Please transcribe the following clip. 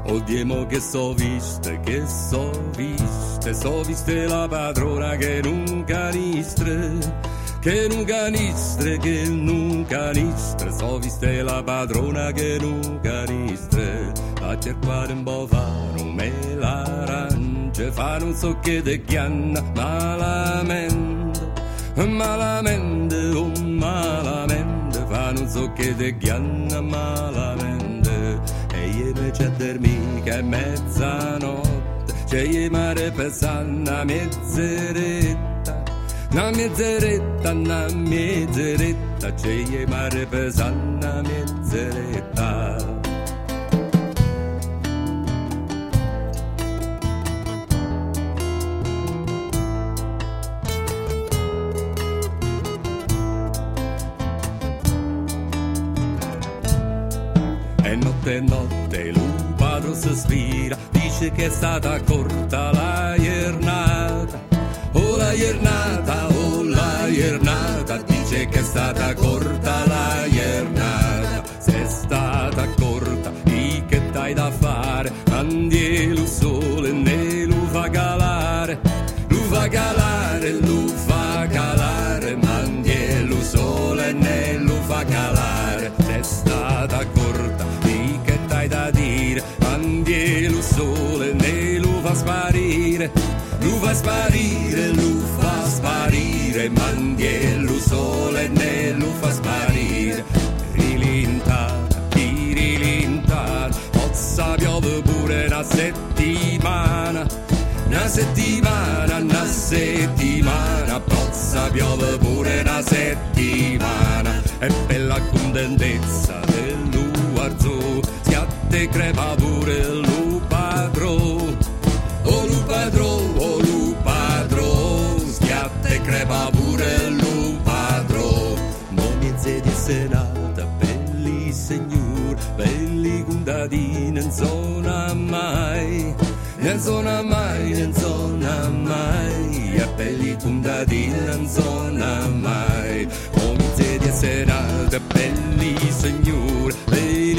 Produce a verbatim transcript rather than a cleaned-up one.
Oddio che so viste, che so viste, so viste la padrona che non canistre, che non canistre, che non canistre, so viste la padrona che non canistre, a cercare un po' fare un melarancia, fare un so che te chianna malamente, malamente, oh malamente, fare un so che te chianna malamente, e io mi c'è a dormire che è mezzanotte, c'è io mare pesante a mezz'oretta, una mezz'oretta, una mezz'oretta, c'è io mare pesante a mezz'oretta. E notte notte lui padro si spira, dice che è stata corta la giornata, oh la giornata, oh la giornata, dice che è stata corta la giornata, se è stata corta, di che t'hai da fare, mandi lo sole ne lo fa calare, lo fa calare, lo fa calare, mandi lo sole ne lo fa calare, se è stata corta, da dire, mandi lo sole ne lo fa sparire, lo fa sparire, lo fa sparire, mandi lo sole ne lo fa sparire, rilintata, rilintata, pozza piove pure una settimana, una settimana, una settimana, pozza piove pure una settimana, e per la contentezza dell'uarzo te crepa pure lu padro, oh lu padro, oh lu padro, schiatte crepa pure lu padro, mo mezze di serata, belli signor, belli contadini, non sono mai, non sono mai, non sono mai, e belli contadini, non sono mai, mo mezze di serata, belli signor, belli